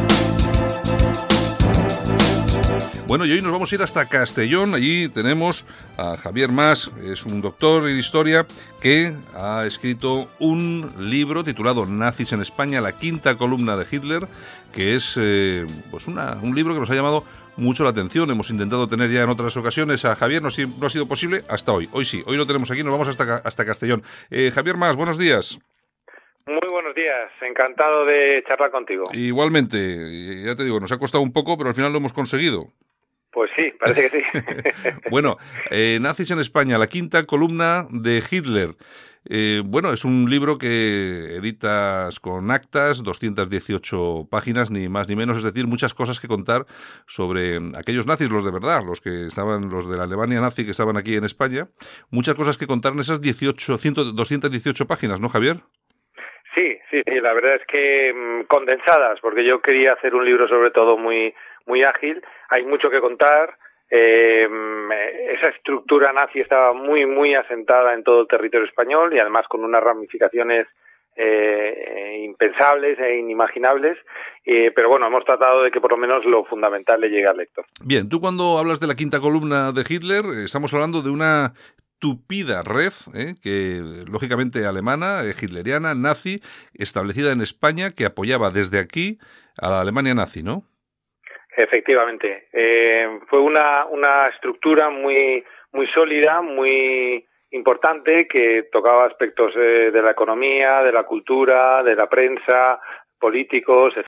Bueno, y hoy nos vamos a ir hasta Castellón. Allí tenemos a Javier Mas, es un doctor en historia que ha escrito un libro titulado Nazis en España, la quinta columna de Hitler, que es eh, pues una, un libro que nos ha llamado mucho la atención. Hemos intentado tener ya en otras ocasiones a Javier, no, no ha sido posible hasta hoy. Hoy sí, hoy lo tenemos aquí, nos vamos hasta, hasta Castellón. Eh, Javier Mas, buenos días. Muy buenos días, encantado de charlar contigo. Igualmente, ya te digo, nos ha costado un poco, pero al final lo hemos conseguido. Pues sí, parece que sí. Bueno, eh, Nazis en España, la quinta columna de Hitler. Eh, bueno, es un libro que editas con actas, doscientas dieciocho páginas, ni más ni menos, es decir, muchas cosas que contar sobre aquellos nazis, los de verdad, los que estaban, los de la Alemania nazi que estaban aquí en España. Muchas cosas que contar en esas dieciocho, cien, doscientas dieciocho páginas, ¿no, Javier? Sí, sí, sí, la verdad es que mmm, condensadas, porque yo quería hacer un libro sobre todo muy, muy ágil. Hay mucho que contar. Eh, esa estructura nazi estaba muy, muy asentada en todo el territorio español y además con unas ramificaciones eh, impensables e inimaginables, eh, pero bueno, hemos tratado de que por lo menos lo fundamental le llegue al lector. Bien, tú cuando hablas de la quinta columna de Hitler, estamos hablando de una tupida red, ¿eh? que lógicamente alemana, eh, hitleriana, nazi, establecida en España, que apoyaba desde aquí a la Alemania nazi, ¿no? Efectivamente, eh, fue una, una estructura muy, muy sólida, muy importante, que tocaba aspectos eh, de la economía, de la cultura, de la prensa, políticos,